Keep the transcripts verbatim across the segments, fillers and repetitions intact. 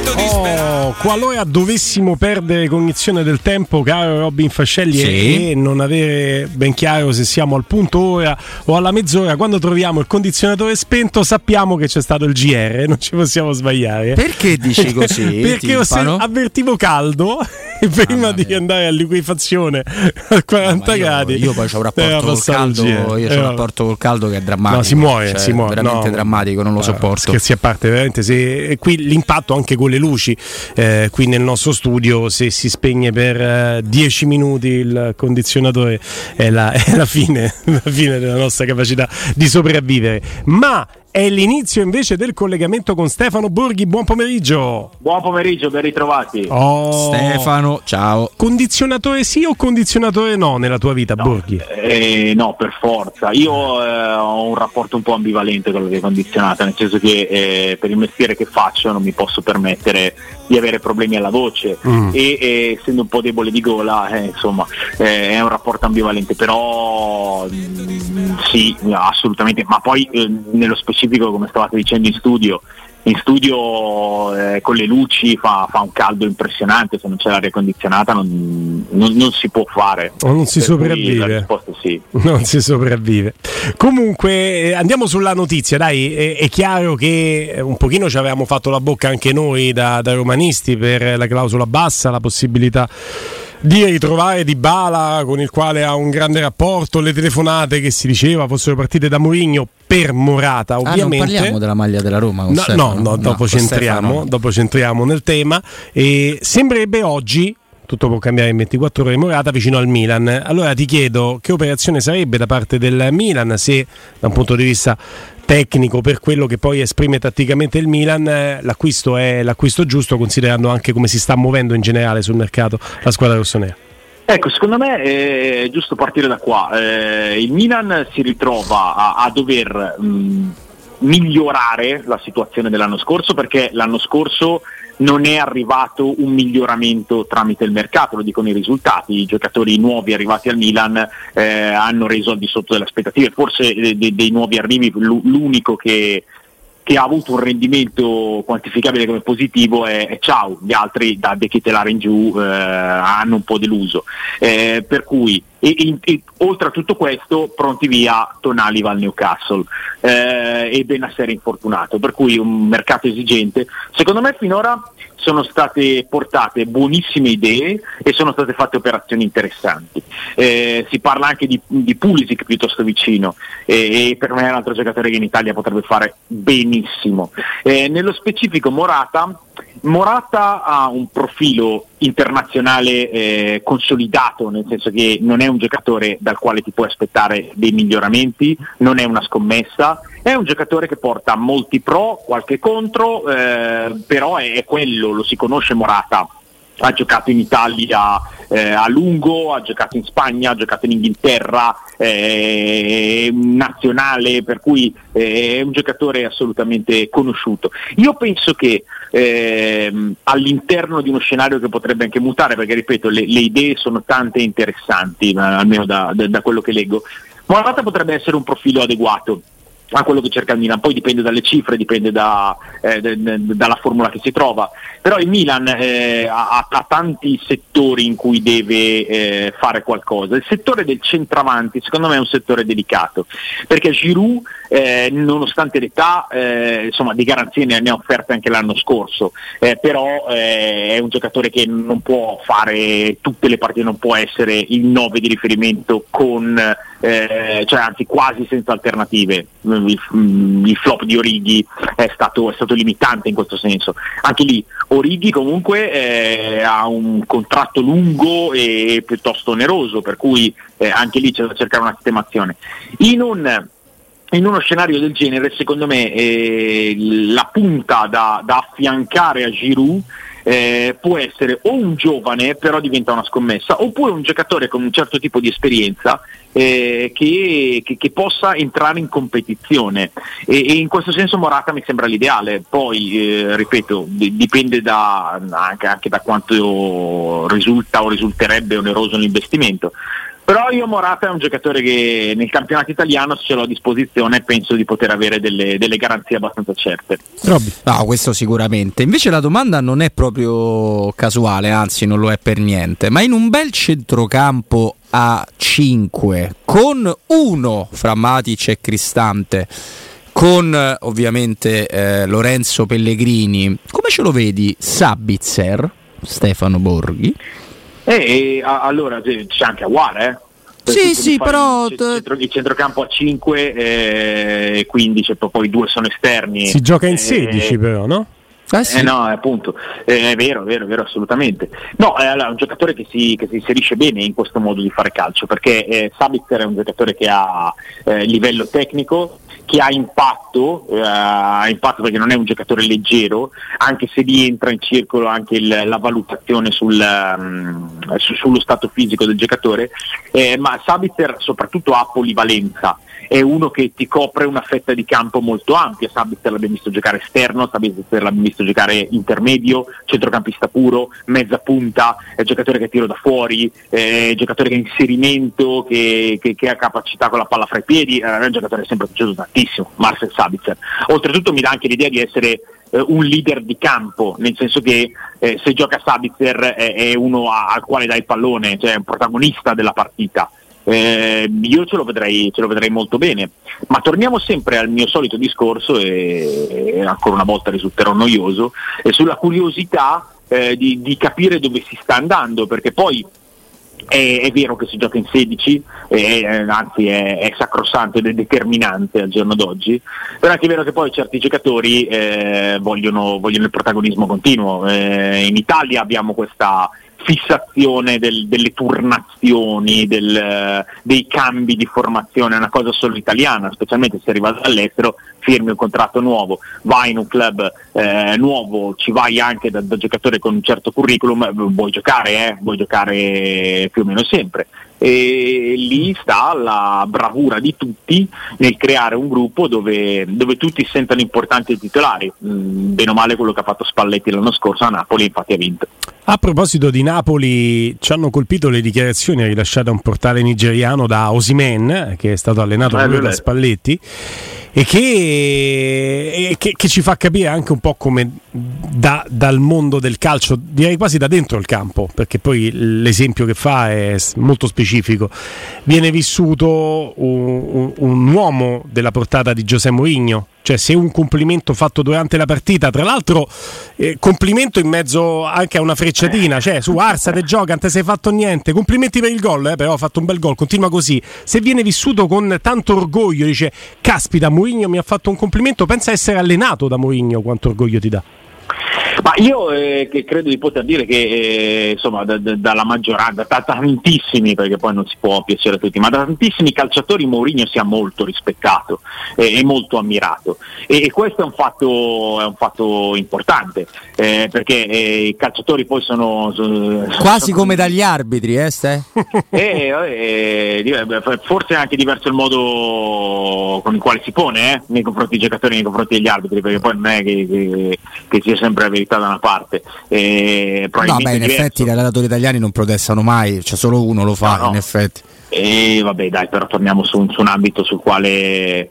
Oh, qualora dovessimo perdere cognizione del tempo, caro Robin Fascelli, sì. e non avere ben chiaro se siamo al punto ora o alla mezz'ora, quando troviamo il condizionatore spento sappiamo che c'è stato il G R, non ci possiamo sbagliare. Perché dici così? Perché ho sen- avvertivo caldo e prima ah, di andare a liquefazione a quaranta no, io, gradi. Io poi ho un rapporto col caldo, io ho un rapporto col caldo che è drammatico. No, si muore, cioè, si muore. Veramente no, drammatico, non lo sopporto. Scherzi a parte, veramente se qui l'impatto anche con le luci, eh, qui nel nostro studio, se si spegne per dieci uh, minuti il condizionatore è la, è la fine, la fine della nostra capacità di sopravvivere. Ma è l'inizio invece del collegamento con Stefano Borghi. Buon pomeriggio. Buon pomeriggio, ben ritrovati. Oh, Stefano, ciao. Condizionatore sì o condizionatore no nella tua vita, no, Borghi? Eh, no, per forza. Io eh, ho un rapporto un po' ambivalente con l'aria condizionata, nel senso che eh, per il mestiere che faccio non mi posso permettere di avere problemi alla voce mm. e eh, essendo un po' debole di gola, eh, insomma, eh, è un rapporto ambivalente, però mh, sì, assolutamente. Ma poi eh, nello specifico, come stavate dicendo, in studio in studio eh, con le luci fa, fa un caldo impressionante, se non c'è l'aria condizionata non, non, non si può fare, o non si per sopravvive. La risposta è sì. Non si sopravvive. Comunque andiamo sulla notizia, dai. È, è chiaro che un pochino ci avevamo fatto la bocca anche noi da, da romanisti per la clausola bassa, la possibilità di ritrovare Dybala, con il quale ha un grande rapporto, le telefonate che si diceva fossero partite da Mourinho per Morata, ovviamente. Ah, non parliamo della maglia della Roma con no, Stefano, no, no, dopo no, centriamo, Stefano. dopo centriamo nel tema e sembrerebbe oggi, tutto può cambiare in ventiquattro ore, Morata vicino al Milan. Allora ti chiedo che operazione sarebbe da parte del Milan, se da un punto di vista tecnico, per quello che poi esprime tatticamente il Milan, l'acquisto è l'acquisto giusto, considerando anche come si sta muovendo in generale sul mercato la squadra rossonera. Ecco, secondo me è giusto partire da qua. Eh, il Milan si ritrova a, a dover mh, migliorare la situazione dell'anno scorso, perché l'anno scorso non è arrivato un miglioramento tramite il mercato, lo dicono i risultati. I giocatori nuovi arrivati al Milan eh, hanno reso al di sotto delle aspettative. Forse eh, dei, dei nuovi arrivi l'unico che che ha avuto un rendimento quantificabile come positivo è, è Ciao, gli altri da De Ketelaere in giù eh, hanno un po' deluso, eh, per cui e, e, e, oltre a tutto questo pronti via Tonali va al Newcastle eh, e Bennacer infortunato, per cui un mercato esigente. Secondo me finora sono state portate buonissime idee e sono state fatte operazioni interessanti. Eh, si parla anche di, di Pulisic piuttosto vicino eh, e per me è un altro giocatore che in Italia potrebbe fare benissimo. Eh, nello specifico Morata Morata ha un profilo internazionale eh, consolidato, nel senso che non è un giocatore dal quale ti puoi aspettare dei miglioramenti, non è una scommessa, è un giocatore che porta molti pro, qualche contro, eh, però è, è quello, lo si conosce Morata. Ha giocato in Italia eh, a lungo, ha giocato in Spagna, ha giocato in Inghilterra, è un nazionale, per cui è un giocatore assolutamente conosciuto. Io penso che eh, all'interno di uno scenario che potrebbe anche mutare, perché ripeto le, le idee sono tante e interessanti, almeno da, da, da quello che leggo, Morata potrebbe essere un profilo adeguato a quello che cerca il Milan, poi dipende dalle cifre, dipende da, eh, d- d- dalla formula che si trova, però il Milan eh, ha, ha tanti settori in cui deve eh, fare qualcosa. Il settore del centravanti secondo me è un settore delicato, perché Giroud eh, nonostante l'età eh, insomma di garanzie ne, ne ha offerte anche l'anno scorso, eh, però eh, è un giocatore che non può fare tutte le partite, non può essere il nove di riferimento con eh, cioè anzi quasi senza alternative. Il, il flop di Origi è stato, è stato limitante in questo senso. Anche lì Origi comunque eh, ha un contratto lungo e piuttosto oneroso, per cui eh, anche lì c'è da cercare una sistemazione. In un In uno scenario del genere, secondo me, eh, la punta da, da affiancare a Giroud eh, può essere o un giovane, però diventa una scommessa, oppure un giocatore con un certo tipo di esperienza eh, che, che, che possa entrare in competizione. E, e in questo senso Morata mi sembra l'ideale. Poi, eh, ripeto, d- dipende da, anche, anche da quanto risulta o risulterebbe oneroso l'investimento. Però io Morata è un giocatore che nel campionato italiano, se ce l'ho a disposizione, penso di poter avere delle, delle garanzie abbastanza certe. No, questo sicuramente. Invece la domanda non è proprio casuale, anzi non lo è per niente, ma in un bel centrocampo a cinque con uno fra Matic e Cristante, con ovviamente eh, Lorenzo Pellegrini, come ce lo vedi Sabitzer, Stefano Borghi? E, e a, allora c'è anche Aouar, eh? Sì, sì, però il, centro, il centrocampo a cinque e eh, quindi c'è, poi due sono esterni. Si gioca in sedici eh, però, no? Eh, sì. eh no, appunto, eh, è vero, è vero, è vero, assolutamente. No, è un giocatore che si, che si inserisce bene in questo modo di fare calcio, perché eh, Sabitzer è un giocatore che ha eh, livello tecnico, che ha impatto, eh, ha impatto perché non è un giocatore leggero, anche se rientra in circolo anche il, la valutazione sul, um, su, sullo stato fisico del giocatore, eh, ma Sabitzer soprattutto ha polivalenza. È uno che ti copre una fetta di campo molto ampia. Sabitzer l'abbiamo visto giocare esterno, Sabitzer l'abbiamo visto giocare intermedio, centrocampista puro, mezza punta, è giocatore che tira da fuori, è giocatore che è inserimento, che, che, che ha capacità con la palla fra i piedi, è un giocatore sempre piaciuto tantissimo, Marcel Sabitzer. Oltretutto mi dà anche l'idea di essere eh, un leader di campo, nel senso che eh, se gioca Sabitzer è, è uno a, al quale dai il pallone, cioè è un protagonista della partita. Eh, io ce lo vedrei ce lo vedrei molto bene, ma torniamo sempre al mio solito discorso e, e ancora una volta risulterò noioso, e sulla curiosità eh, di, di capire dove si sta andando, perché poi è, è vero che si gioca in sedici, eh, anzi è, è sacrosanto ed è determinante al giorno d'oggi, però è anche vero che poi certi giocatori eh, vogliono, vogliono il protagonismo continuo. Eh, in Italia abbiamo questa fissazione del, delle turnazioni, del, dei cambi di formazione, è una cosa solo italiana, specialmente se arriva dall'estero, firmi un contratto nuovo, vai in un club eh, nuovo, ci vai anche da, da giocatore con un certo curriculum, vuoi giocare, eh? vuoi giocare più o meno sempre. E lì sta la bravura di tutti nel creare un gruppo dove, dove tutti si sentono importanti e titolari, mm, bene o male quello che ha fatto Spalletti l'anno scorso a Napoli, infatti ha vinto. A proposito di Napoli, ci hanno colpito le dichiarazioni rilasciate a un portale nigeriano da Osimhen, che è stato allenato proprio da Spalletti, e che, e che, che ci fa capire anche un po' come da, dal mondo del calcio, direi quasi da dentro il campo, perché poi l'esempio che fa è molto specifico. Viene vissuto un, un, un uomo della portata di José Mourinho, cioè se un complimento fatto durante la partita, tra l'altro eh, complimento in mezzo anche a una frecciatina, cioè su Arsa te gioca, non te sei fatto niente, complimenti per il gol, eh, però ha fatto un bel gol, continua così. Se viene vissuto con tanto orgoglio, dice caspita, Mourinho mi ha fatto un complimento, pensa essere allenato da Mourinho, quanto orgoglio ti dà. Ma io eh, che credo di poter dire che eh, insomma da, da, dalla maggioranza, da tantissimi, perché poi non si può piacere a tutti, ma da tantissimi calciatori Mourinho sia molto rispettato eh, e molto ammirato, e, e questo è un fatto, è un fatto importante, eh, perché eh, i calciatori poi sono, sono quasi sono, come dagli arbitri, eh, Ste? eh, eh, forse è anche diverso il modo con il quale si pone eh, nei confronti dei giocatori, nei confronti degli arbitri, perché poi non è che, che, che sia sempre la verità da una parte. Eh, no, beh, in effetti gli allenatori italiani non protestano mai, cioè solo uno lo fa, no, no. in effetti. E vabbè, dai, però torniamo su un, su un ambito sul quale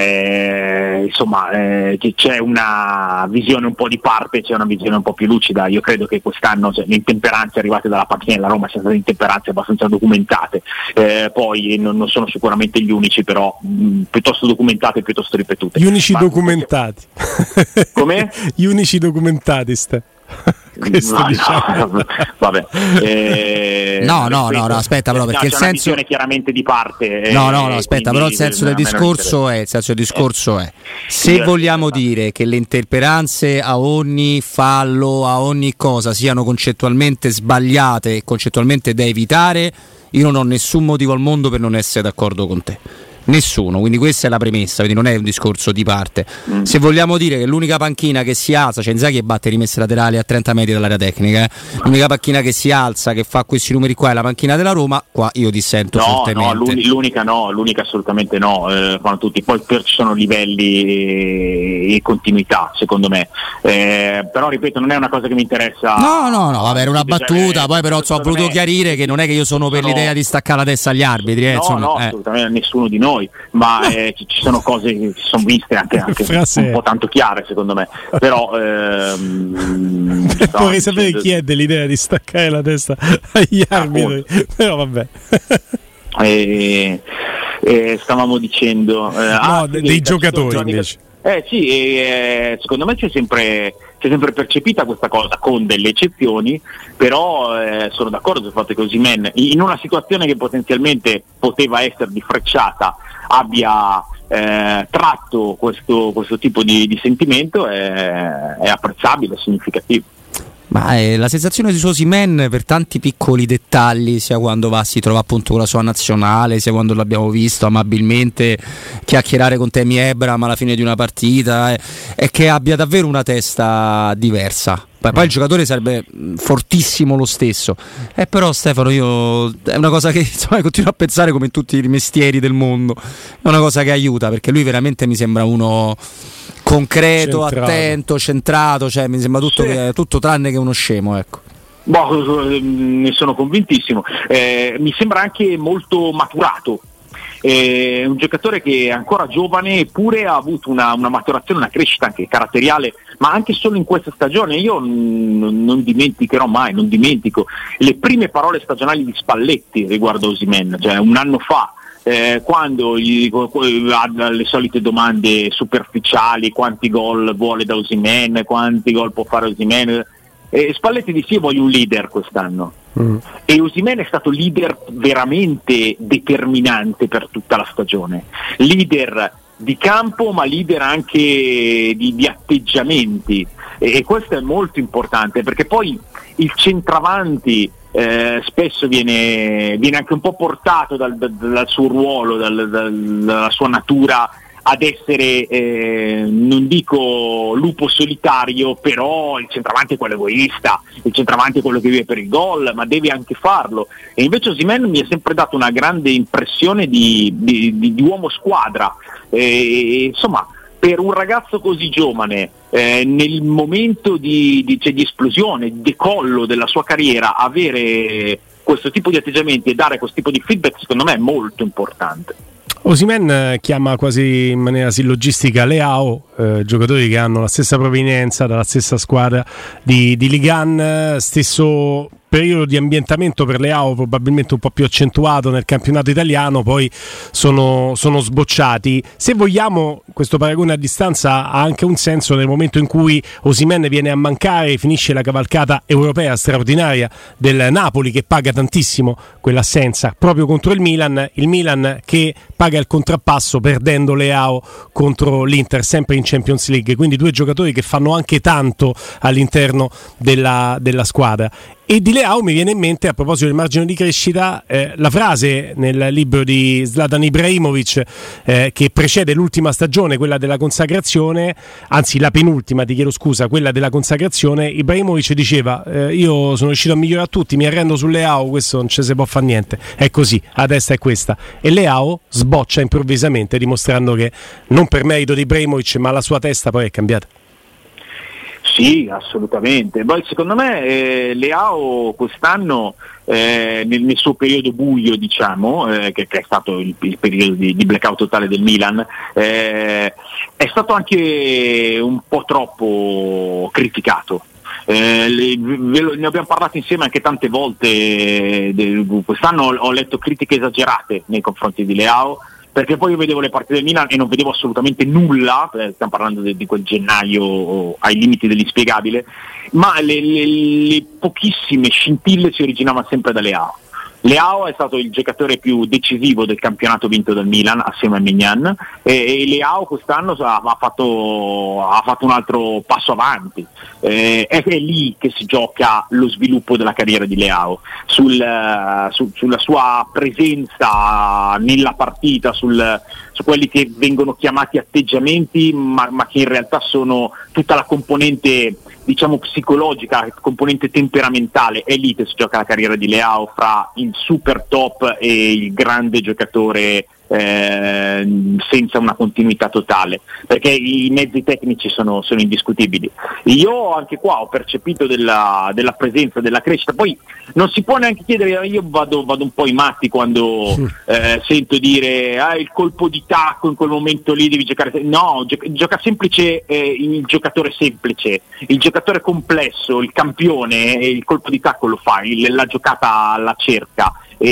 eh, insomma eh, c'è una visione un po' di parte, c'è una visione un po' più lucida. Io credo che quest'anno cioè, le intemperanze arrivate dalla panchina della Roma siano state intemperanze abbastanza documentate, eh, poi non, non sono sicuramente gli unici, però mh, piuttosto documentate e piuttosto ripetute. Gli unici Ma, documentati. Come? Gli unici documentati, Ste. Questo no, diciamo. no, vabbè. Eh, no, no, no, no, aspetta, però perché no, il senso una visione chiaramente di parte. No, no, no, aspetta, però il senso del discorso è, il senso del discorso è se vogliamo dire che le intemperanze a ogni fallo, a ogni cosa siano concettualmente sbagliate e concettualmente da evitare, io non ho nessun motivo al mondo per non essere d'accordo con te. Nessuno, quindi questa è la premessa, quindi non è un discorso di parte. Mm. Se vogliamo dire che l'unica panchina che si alza, cioè Inzaghi batte rimesse laterali a trenta metri dall'area tecnica, eh? L'unica panchina che si alza, che fa questi numeri qua è la panchina della Roma, qua io dissento no, fortemente. No, l'unica, l'unica no, l'unica assolutamente no, eh, fanno tutti, poi per ci sono livelli e, e continuità secondo me, eh, però ripeto non è una cosa che mi interessa. No, no, no, vabbè, era una battuta, poi però ho voluto me, chiarire che non è che io sono per no, l'idea di staccare la testa agli arbitri, eh, no, insomma, no, eh. assolutamente nessuno di noi. Ma eh, ci, ci sono cose che si sono viste anche, anche un po' tanto chiare secondo me, però ehm, vorrei sapere dicendo... chi è dell'idea di staccare la testa agli arbitri, ah, però vabbè. e, e stavamo dicendo eh, no, ah, dei, dei giocatori invece. Eh sì, eh, secondo me c'è sempre, c'è sempre percepita questa cosa, con delle eccezioni, però eh, sono d'accordo sul fatto che Osimhen, in una situazione che potenzialmente poteva essere di frecciata, abbia eh, tratto questo, questo tipo di, di sentimento, è, è apprezzabile, è significativo. Ma eh, la sensazione di Osimhen per tanti piccoli dettagli, sia quando va si trova appunto con la sua nazionale, sia quando l'abbiamo visto amabilmente chiacchierare con Temi Abraham alla fine di una partita, è, è che abbia davvero una testa diversa. Poi, poi il giocatore sarebbe fortissimo lo stesso, eh, però Stefano io è una cosa che insomma, continuo a pensare come in tutti i mestieri del mondo, è una cosa che aiuta, perché lui veramente mi sembra uno concreto, centrato. attento, centrato, cioè mi sembra tutto, sì. che, tutto tranne che uno scemo, ecco. Boh, ne sono convintissimo, eh, mi sembra anche molto maturato. È un giocatore che è ancora giovane eppure ha avuto una, una maturazione, una crescita anche caratteriale, ma anche solo in questa stagione. Io n- non dimenticherò mai, non dimentico le prime parole stagionali di Spalletti riguardo Osimhen, cioè un anno fa, eh, quando gli, ha le solite domande superficiali: quanti gol vuole da Osimhen, quanti gol può fare Osimhen, e Spalletti disse: io voglio un leader quest'anno. Mm. E Osimhen è stato leader veramente determinante per tutta la stagione, leader di campo ma leader anche di, di atteggiamenti, e, e questo è molto importante, perché poi il centravanti eh, spesso viene, viene anche un po' portato dal, dal, dal suo ruolo, dal, dal, dalla sua natura ad essere, eh, non dico lupo solitario, però il centravanti è quello egoista, il centravanti è quello che vive per il gol, ma deve anche farlo. E invece Osimhen mi ha sempre dato una grande impressione di, di, di, di uomo squadra, e, insomma per un ragazzo così giovane, eh, nel momento di, di, cioè, di esplosione, di decollo della sua carriera, avere questo tipo di atteggiamenti e dare questo tipo di feedback secondo me è molto importante. Osimhen chiama quasi in maniera sillogistica Leao, eh, giocatori che hanno la stessa provenienza, dalla stessa squadra di, di Ligue uno, stesso periodo di ambientamento per Leao probabilmente un po' più accentuato nel campionato italiano, poi sono, sono sbocciati. Se vogliamo, questo paragone a distanza ha anche un senso nel momento in cui Osimhen viene a mancare, finisce la cavalcata europea straordinaria del Napoli, che paga tantissimo quell'assenza proprio contro il Milan, il Milan che paga il contrappasso perdendo Leao contro l'Inter sempre in Champions League, quindi due giocatori che fanno anche tanto all'interno della, della squadra. E di Leao mi viene in mente, a proposito del margine di crescita, eh, la frase nel libro di Zlatan Ibrahimovic eh, che precede l'ultima stagione, quella della consacrazione, anzi la penultima, ti chiedo scusa, quella della consacrazione. Ibrahimovic diceva eh, io sono riuscito a migliorare a tutti, mi arrendo su Leao, questo non ci si può fare niente, è così, la testa è questa. E Leao sboccia improvvisamente, dimostrando che non per merito di Ibrahimovic, ma la sua testa poi è cambiata. Sì, assolutamente. Poi secondo me eh, Leao quest'anno eh, nel, nel suo periodo buio, diciamo, eh, che, che è stato il, il periodo di, di blackout totale del Milan, eh, è stato anche un po' troppo criticato. Eh, le, ve lo, ne abbiamo parlato insieme anche tante volte, de, quest'anno ho, ho letto critiche esagerate nei confronti di Leao, perché poi io vedevo le partite del Milan e non vedevo assolutamente nulla, eh, stiamo parlando de, di quel gennaio ai limiti dell'inspiegabile, ma le, le, le pochissime scintille si originavano sempre da Leao. Leao è stato il giocatore più decisivo del campionato vinto dal Milan assieme a Mignan, e, e Leao quest'anno ha, ha, fatto, ha fatto un altro passo avanti. Eh, è, è lì che si gioca lo sviluppo della carriera di Leao, sul, su, sulla sua presenza nella partita, sul, su quelli che vengono chiamati atteggiamenti, ma, ma che in realtà sono tutta la componente, diciamo, psicologica, componente temperamentale. È lì che si gioca la carriera di Leao, fra il super top e il grande giocatore eh, senza una continuità totale, perché i mezzi tecnici sono, sono indiscutibili. Io anche qua ho percepito della, della presenza, della crescita. Poi non si può neanche chiedere, io vado, vado un po' i matti quando eh, sento dire ah, il colpo di tacco in quel momento lì devi giocare. No, gio- gioca semplice eh, il giocatore semplice, il giocatore complesso, il campione, il colpo di tacco lo fa, il, la giocata la cerca.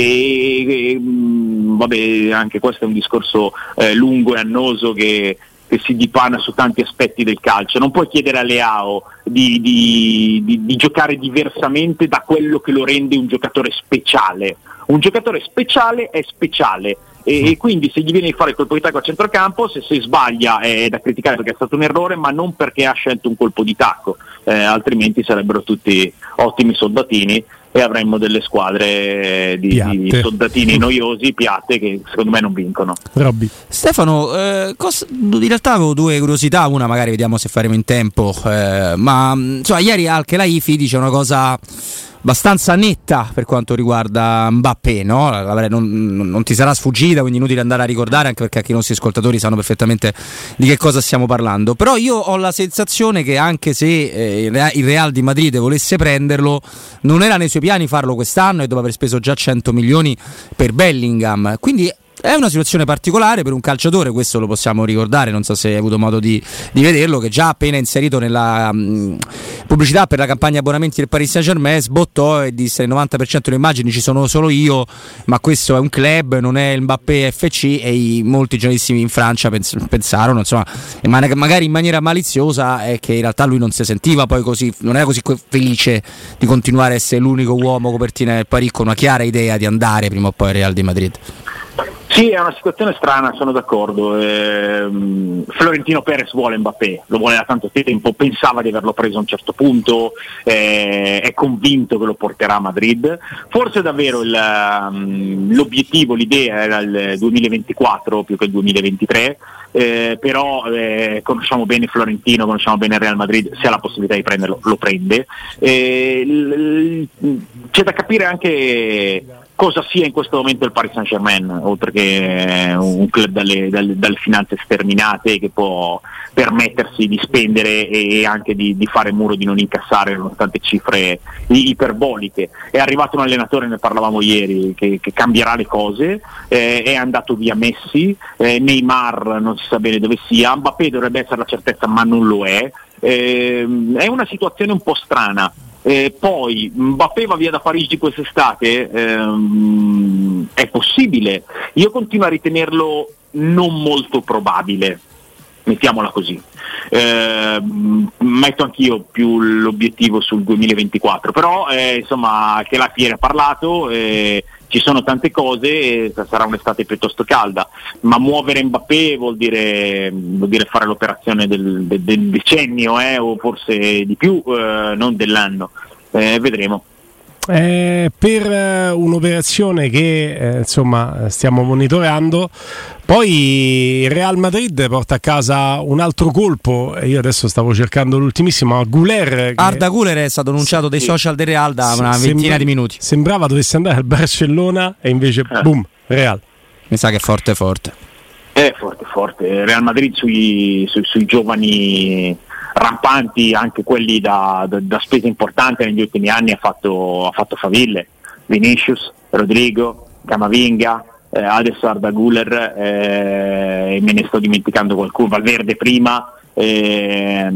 E, e mh, vabbè, anche questo è un discorso eh, lungo e annoso che, che si dipana su tanti aspetti del calcio. Non puoi chiedere a Leao di, di, di, di giocare diversamente da quello che lo rende un giocatore speciale. Un giocatore speciale è speciale, e, e quindi se gli viene di fare il colpo di tacco a centrocampo, se, se sbaglia è da criticare perché è stato un errore, ma non perché ha scelto un colpo di tacco, eh, altrimenti sarebbero tutti ottimi soldatini e avremmo delle squadre di, di soldatini noiosi, piatte, che secondo me non vincono. Robby. Stefano, eh, cosa, in realtà avevo due curiosità, una magari vediamo se faremo in tempo, eh, ma insomma, ieri Al-Khelaifi dice una cosa abbastanza netta per quanto riguarda Mbappé, no? Non, non ti sarà sfuggita, quindi inutile andare a ricordare, anche perché anche i nostri ascoltatori sanno perfettamente di che cosa stiamo parlando. Però io ho la sensazione che anche se eh, il Real di Madrid volesse prenderlo, non era nei suoi piani farlo quest'anno e dopo aver speso già cento milioni per Bellingham, quindi è una situazione particolare per un calciatore, questo lo possiamo ricordare, non so se hai avuto modo di, di vederlo, che già appena inserito nella mh, pubblicità per la campagna abbonamenti del Paris Saint-Germain sbottò e disse il novanta per cento delle immagini ci sono solo io, ma questo è un club, non è il Mbappé F C, e i, molti giornalissimi in Francia pens- pensarono, insomma, magari in maniera maliziosa, è che in realtà lui non si sentiva poi così, non era così felice di continuare a essere l'unico uomo copertina del Paris, con una chiara idea di andare prima o poi al Real di Madrid. Sì, è una situazione strana, sono d'accordo. Eh, Florentino Perez vuole Mbappé, lo vuole da tanto tempo, pensava di averlo preso a un certo punto, eh, è convinto che lo porterà a Madrid. Forse davvero il, um, l'obiettivo, l'idea era il duemilaventiquattro più che il duemilaventitré, eh, però eh, conosciamo bene Florentino, conosciamo bene il Real Madrid, se ha la possibilità di prenderlo lo prende. Eh, l- l- c'è da capire anche cosa sia in questo momento il Paris Saint-Germain, oltre che un club dalle, dalle, dalle finanze sterminate, che può permettersi di spendere e anche di, di fare muro di non incassare nonostante cifre iperboliche. È arrivato un allenatore, ne parlavamo ieri, che, che cambierà le cose, eh, è andato via Messi, eh, Neymar non si sa bene dove sia, Mbappé dovrebbe essere la certezza ma non lo è. Eh, è una situazione un po' strana. Eh, poi Mbappé va via da Parigi quest'estate, ehm, è possibile, io continuo a ritenerlo non molto probabile, mettiamola così. Eh, metto anch'io più l'obiettivo sul duemilaventiquattro, però eh, insomma, che la Fiera ha parlato, eh, ci sono tante cose, eh, sarà un'estate piuttosto calda, ma muovere Mbappé vuol dire, vuol dire fare l'operazione del, del, del decennio, eh, o forse di più, eh, non dell'anno, eh, vedremo. Eh, per eh, un'operazione che eh, insomma stiamo monitorando, poi il Real Madrid porta a casa un altro colpo, e io adesso stavo cercando l'ultimissimo, Güler, che Arda Güler è stato annunciato dai social del Real da una ventina sembra, di minuti, sembrava dovesse andare al Barcellona e invece eh. boom, Real. Mi sa che è forte forte è forte forte Real Madrid sui, sui, sui giovani rampanti, anche quelli da, da, da spesa importante negli ultimi anni, ha fatto, ha fatto faville. Vinicius, Rodrigo, Camavinga, eh, adesso Arda Güler, eh, e me ne sto dimenticando qualcuno, Valverde prima, eh,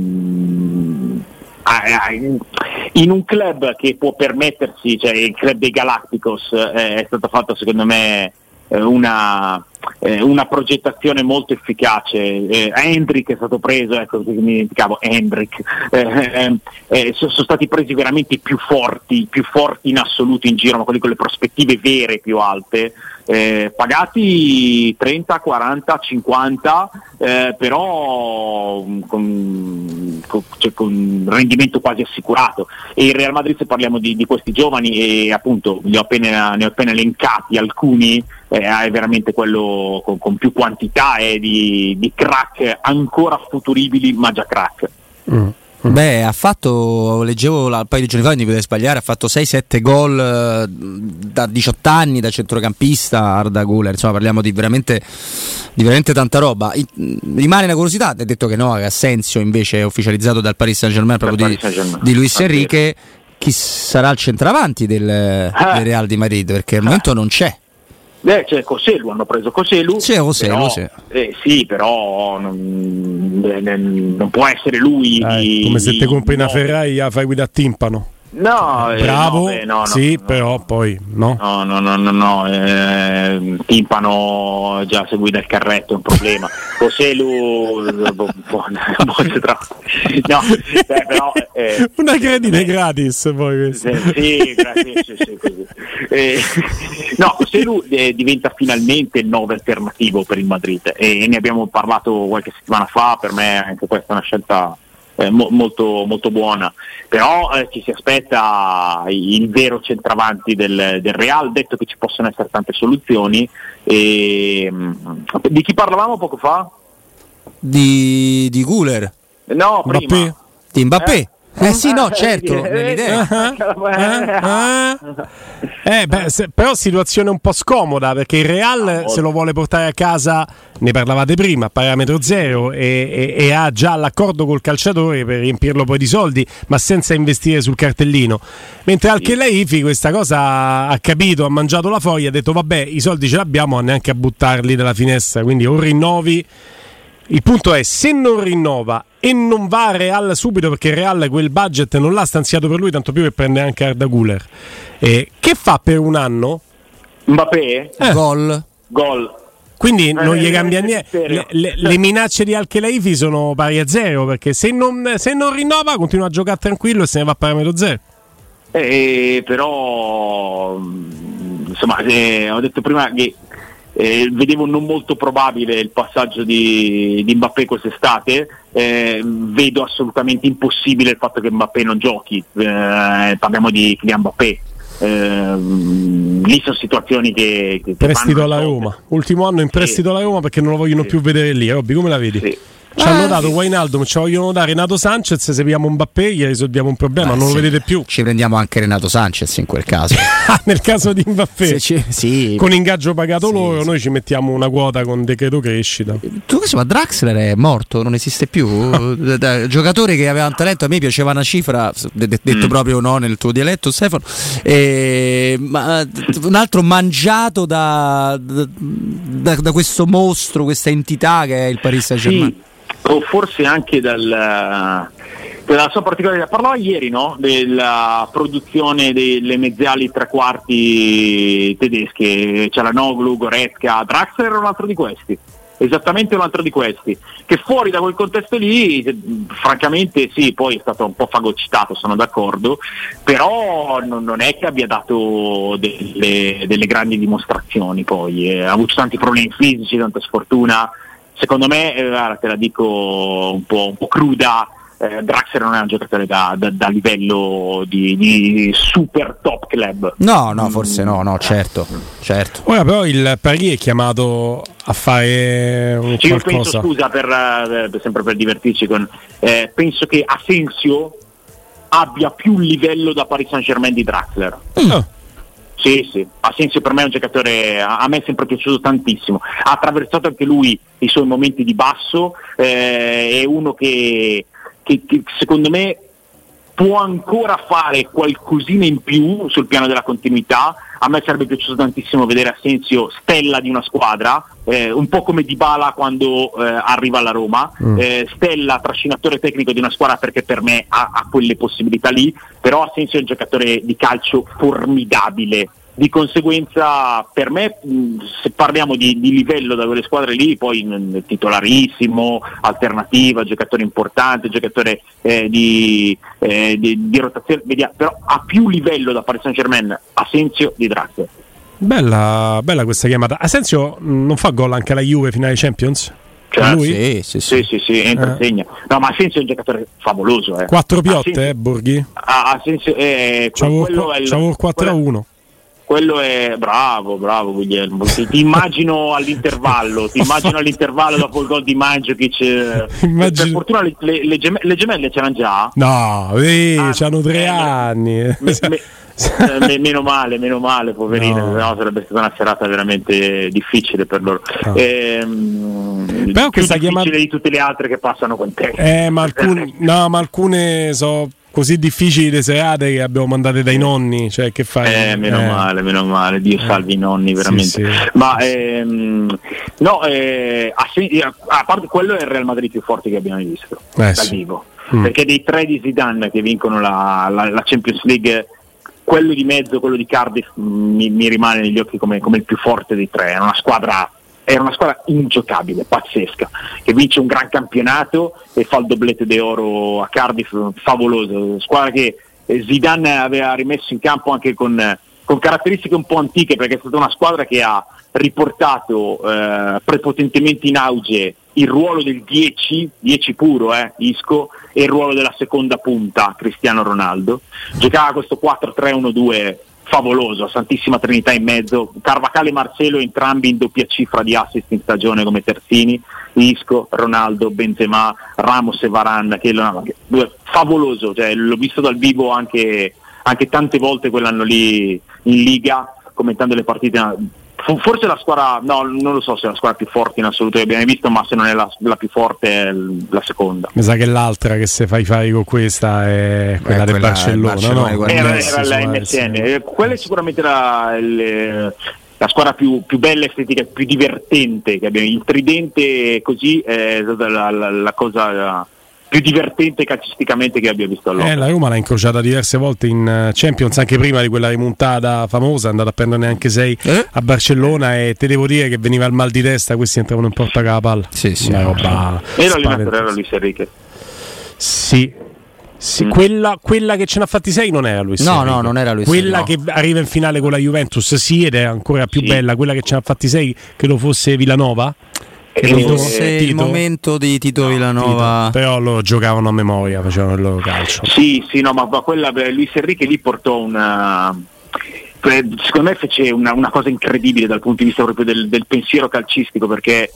in un club che può permettersi, cioè il club dei Galacticos, eh, è stato fatto secondo me una, eh, una progettazione molto efficace. eh, Hendrick è stato preso, ecco, mi dimenticavo Hendrick, eh, eh, sono, sono stati presi veramente i più forti, più forti in assoluto in giro, ma quelli con le prospettive vere più alte, eh, pagati trenta, quaranta, cinquanta, eh, però con, con, cioè, con rendimento quasi assicurato. E il Real Madrid, se parliamo di, di questi giovani, e appunto li ho appena, ne ho appena elencati alcuni, eh, è veramente quello con, con più quantità eh, di, di crack ancora futuribili, ma già crack. Mm. Beh, ha fatto, leggevo un paio di giorni fa, non mi potete sbagliare, ha fatto sei sette gol eh, da diciotto anni da centrocampista Arda Güler, insomma parliamo di veramente, di veramente tanta roba. I, rimane una curiosità, ha detto che no, che Asensio invece è ufficializzato dal Paris Saint-Germain proprio di, Saint-Germain. di Luis Enrique. Chi sarà il centravanti del, eh. del Real di Madrid? Perché al momento non c'è. Beh, c'è Coselu, hanno preso Coselu. Sì, Coselu, però, sì. Eh, sì, però non, non può essere lui. Eh, di, come se di, te compri no. una Ferrari la fai guidare a timpano. No, eh, bravo, no, beh, no, no, sì, no, però no. poi no. No, no, no, no, no. Eh, timpano già se guida il carretto è un problema. Coselu no, beh, però eh, una credine eh, gratis poi sì, sì, grazie, sì, sì, così. Eh, no, Coselu eh, diventa finalmente il nove alternativo per il Madrid e, e ne abbiamo parlato qualche settimana fa. Per me anche questa è una scelta Eh, mo- molto, molto buona, però eh, ci si aspetta il vero centravanti del, del Real, detto che ci possono essere tante soluzioni. E, mh, di chi parlavamo poco fa? Di, di Güler. No, Mbappé. prima. Di Mbappé. Eh? Eh sì, no, certo, nell'idea. eh, beh, se, però situazione un po' scomoda perché il Real ah, se lo vuole portare a casa, ne parlavate prima, a parametro zero e, e, e ha già l'accordo col calciatore per riempirlo poi di soldi, ma senza investire sul cartellino. Mentre al Khelaifi questa cosa ha capito, ha mangiato la foglia, ha detto vabbè, i soldi ce l'abbiamo, neanche a buttarli dalla finestra, quindi o rinnovi. Il punto è, se non rinnova e non va a Real subito, perché il Real quel budget non l'ha stanziato per lui, tanto più che prende anche Arda Güler, eh, che fa per un anno? Mbappé? Eh. Gol. Gol. Quindi eh, non gli cambia eh, niente. Le, le, le minacce di Al-Khelaifi sono pari a zero, perché se non, se non rinnova continua a giocare tranquillo e se ne va a parametro zero. Eh, però insomma, eh, ho detto prima che Eh, vedevo non molto probabile il passaggio di, di Mbappé quest'estate, eh, vedo assolutamente impossibile il fatto che Mbappé non giochi, eh, parliamo di Kylian Mbappé, eh, lì sono situazioni che, che prestito alla Roma, ultimo anno in prestito sì, alla Roma perché non lo vogliono sì. più vedere lì. Robby, come la vedi? Sì. Ci hanno dato Wijnaldum, ci vogliono dare Renato Sanchez, se abbiamo Mbappé gli risolviamo un problema, eh, non sì. lo vedete più. Ci prendiamo anche Renato Sanchez in quel caso. Nel caso di Mbappé, ci, sì. con ingaggio pagato sì, loro, sì. noi ci mettiamo una quota con decreto crescita. Tu che ma Draxler è morto, non esiste più. da, da, giocatore che aveva un talento, a me piaceva una cifra, de, de, detto mm. proprio no nel tuo dialetto, Stefano. E, ma, un altro mangiato da, da, da questo mostro, questa entità che è il Paris Saint-Germain. Sì. O forse anche dal, della sua particolarità. Parlava ieri, no? Della produzione delle mezziali tre quarti tedesche, Çalhanoğlu, Goretzka, Draxler era un altro di questi, esattamente un altro di questi, che fuori da quel contesto lì francamente sì, poi è stato un po' fagocitato, sono d'accordo, però non, non è che abbia dato delle, delle grandi dimostrazioni, poi eh, ha avuto tanti problemi fisici, tanta sfortuna. Secondo me, eh, te la dico un po', un po' cruda, eh, Draxler non è un giocatore da, da, da livello di, di super top club. No, no, forse no, no, certo, certo. Ora però il Paris è chiamato a fare un Ci qualcosa. penso, scusa, per, per, sempre per divertirci con... Eh, penso che Asensio abbia più livello da Paris Saint-Germain di Draxler. Mm. Sì, sì, Asensio per me è un giocatore, a me è sempre piaciuto tantissimo, ha attraversato anche lui i suoi momenti di basso, eh, è uno che, che, che secondo me può ancora fare qualcosina in più sul piano della continuità. A me sarebbe piaciuto tantissimo vedere Asensio stella di una squadra, eh, un po' come Dybala quando eh, arriva alla Roma, mm. eh, stella, trascinatore tecnico di una squadra, perché per me ha, ha quelle possibilità lì, però Asensio è un giocatore di calcio formidabile, di conseguenza per me mh, se parliamo di, di livello da quelle squadre lì, poi mh, titolarissimo, alternativa, giocatore importante, giocatore eh, di, eh, di, di rotazione media, però ha più livello da Paris Saint-Germain Asensio di Draxler. Bella, bella questa chiamata. Asensio mh, non fa gol anche alla Juve finale Champions? Cioè, lui? Sì, sì, sì. Sì, sì, sì, entra Eh. e segna. No, ma Asensio è un giocatore favoloso. Eh. Quattro piotte, Asensio- eh, Borghi? Ah, Asensio, eh, C'avevo, quello è il- c'avevo il quattro a quello- uno. Quello è bravo, bravo Guglielmo. Ti, ti immagino all'intervallo, ti immagino all'intervallo dopo il gol di Mandzukic. eh, Immagino- Per fortuna le, le, le gemme- le gemelle c'erano già. No, eh, Ah, c'hanno tre eh, anni. Me- me- eh, me- meno male, meno male, poverine, No. no, sarebbe stata una serata veramente difficile per loro. No. Ehm, Però più questa difficile chiamata- di tutte le altre che passano con te. Eh, ma alcune, no, ma alcune so così difficili le serate che abbiamo mandate dai nonni, cioè che fai? Eh, meno Eh. male, meno male, Dio Eh. salvi i nonni, veramente. Sì, sì. Ma ehm, no, eh, a, sen- a parte quello è il Real Madrid più forte che abbiamo visto Eh, dal sì. vivo. Mm. Perché dei tre di Zidane che vincono la, la- la Champions League, quello di mezzo, quello di Cardiff, mh, mi, mi rimane negli occhi come, come il più forte dei tre. Era una squadra, era una squadra ingiocabile, pazzesca, che vince un gran campionato e fa il doblete d'oro a Cardiff, favoloso. Squadra che eh, Zidane aveva rimesso in campo anche con, eh, con caratteristiche un po' antiche, perché è stata una squadra che ha riportato eh, prepotentemente in auge il ruolo del dieci, dieci puro, eh, Isco, e il ruolo della seconda punta, Cristiano Ronaldo. Giocava questo quattro tre uno due favoloso, Santissima Trinità in mezzo, Carvacale e Marcelo entrambi in doppia cifra di assist in stagione come terzini, Isco, Ronaldo, Benzema, Ramos e Varane, che lo- che- favoloso, cioè, l'ho visto dal vivo anche, anche tante volte quell'anno lì in Liga, commentando le partite. Fu- Forse la squadra, no, non lo so se è la squadra più forte in assoluto che abbiamo visto, ma se non è la, la più forte è l- la seconda. Mi sa che l'altra che se fai fare con questa è quella Eh, del quella Barcellona, del Barcellona, no? guarda. Era, Messi, era la Suarez. M S N, Eh, quella è sicuramente la, il- la squadra più, più bella, estetica, più divertente che abbiamo. Il tridente così è stata la, la- la cosa più divertente calcisticamente che abbia visto allora. Eh, la Roma l'ha incrociata diverse volte in eh, Champions, anche prima di quella rimontata famosa, è andata a prenderne anche sei Eh? a Barcellona, e te devo dire che veniva il mal di testa, questi entravano in porta con la palla. Sì, sì. Una roba E l'allenatore spaventosa. era Luis Enrique. Sì. Sì, Mm. quella, quella che ce n'ha fatti sei non era Luis No, Enrique. no, non era Luis Quella Enrique. che arriva in finale con la Juventus, sì, ed è ancora più Sì. bella. Quella che ce n'ha fatti sei, credo fosse Villanova. Credo Eh, fosse il Tito? momento di Tito Villanova. Tito. Però loro giocavano a memoria, facevano il loro calcio. Sì, sì, no, ma, ma quella beh, Luis Enrique lì portò una. eh, Secondo me fece una, una cosa incredibile dal punto di vista proprio del, del pensiero calcistico, perché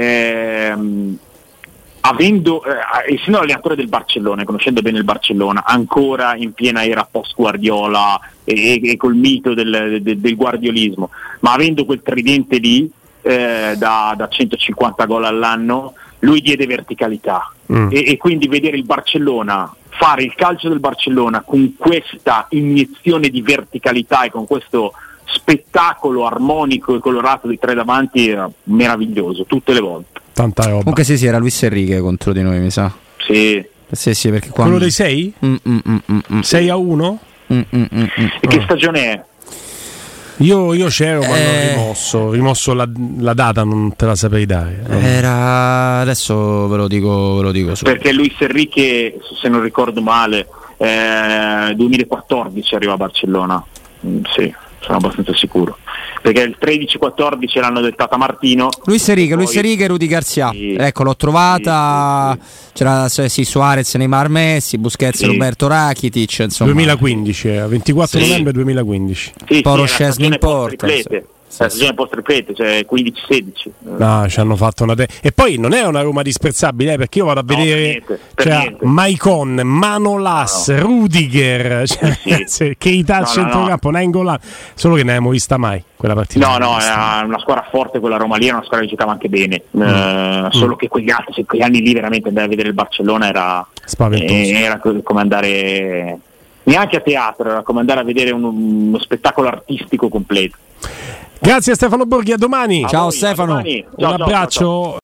ehm, avendo, eh, essendo allenatore del Barcellona, conoscendo bene il Barcellona, ancora in piena era post Guardiola e, e col mito del, del, del guardiolismo, ma avendo quel tridente lì eh, da, da centocinquanta gol all'anno, lui diede verticalità. Mm. E, e quindi vedere il Barcellona fare il calcio del Barcellona con questa iniezione di verticalità e con questo spettacolo armonico e colorato dei tre davanti era meraviglioso tutte le volte. Tanta roba. Comunque sì, sì, era Luis Enrique contro di noi, mi sa. Sì. Sì, sì, perché Quello quando... dei sei? Mm, mm, mm, mm, mm. sei a uno? Mm, mm, mm, mm. E che stagione è? Io, io c'ero ma Eh. l'ho rimosso. Rimosso la, la data, non te la saprei dare. Era adesso ve lo dico, ve lo dico su. Perché Luis Enrique, se non ricordo male, eh, duemilaquattordici arriva a Barcellona. Mm, sì, sono abbastanza sicuro. Perché il tredici quattordici l'anno del Tata Martino. Luis Enrique, Poi- Luis Enrique e Rudy Garcia. Sì. Ecco, l'ho trovata. Sì, sì, C'era sì, Suarez, Neymar, Messi, Busquets, Sì. Roberto Rakitic, insomma. duemilaquindici, eh, ventiquattro Sì. novembre duemilaquindici. Sì, Poro sì, è la Szczesny stagione in porta, post-triplete. sì. La stagione post-triplete, cioè quindici sedici. No, ci hanno fatto una te- e poi non è una Roma disprezzabile, eh, perché io vado a No, vedere per niente, per cioè, niente. Maicon, Manolas, No. Rudiger, cioè, Sì, sì. se- Keita al No, no, centrocampo, Nainggolan, solo che ne abbiamo vista mai quella partita. No, no, Non era una squadra forte quella Roma lì, era una squadra che giocava anche bene. Mm. Eh, solo che quegli altri, se quegli anni lì veramente andare a vedere il Barcellona era, Spaventoso. eh, era co- come andare neanche a teatro, era come andare a vedere un- uno spettacolo artistico completo. Grazie a Stefano Borghi, a domani. A Ciao, voi, a Stefano. domani. Un Ciao, ciao, ciao, ciao. abbraccio.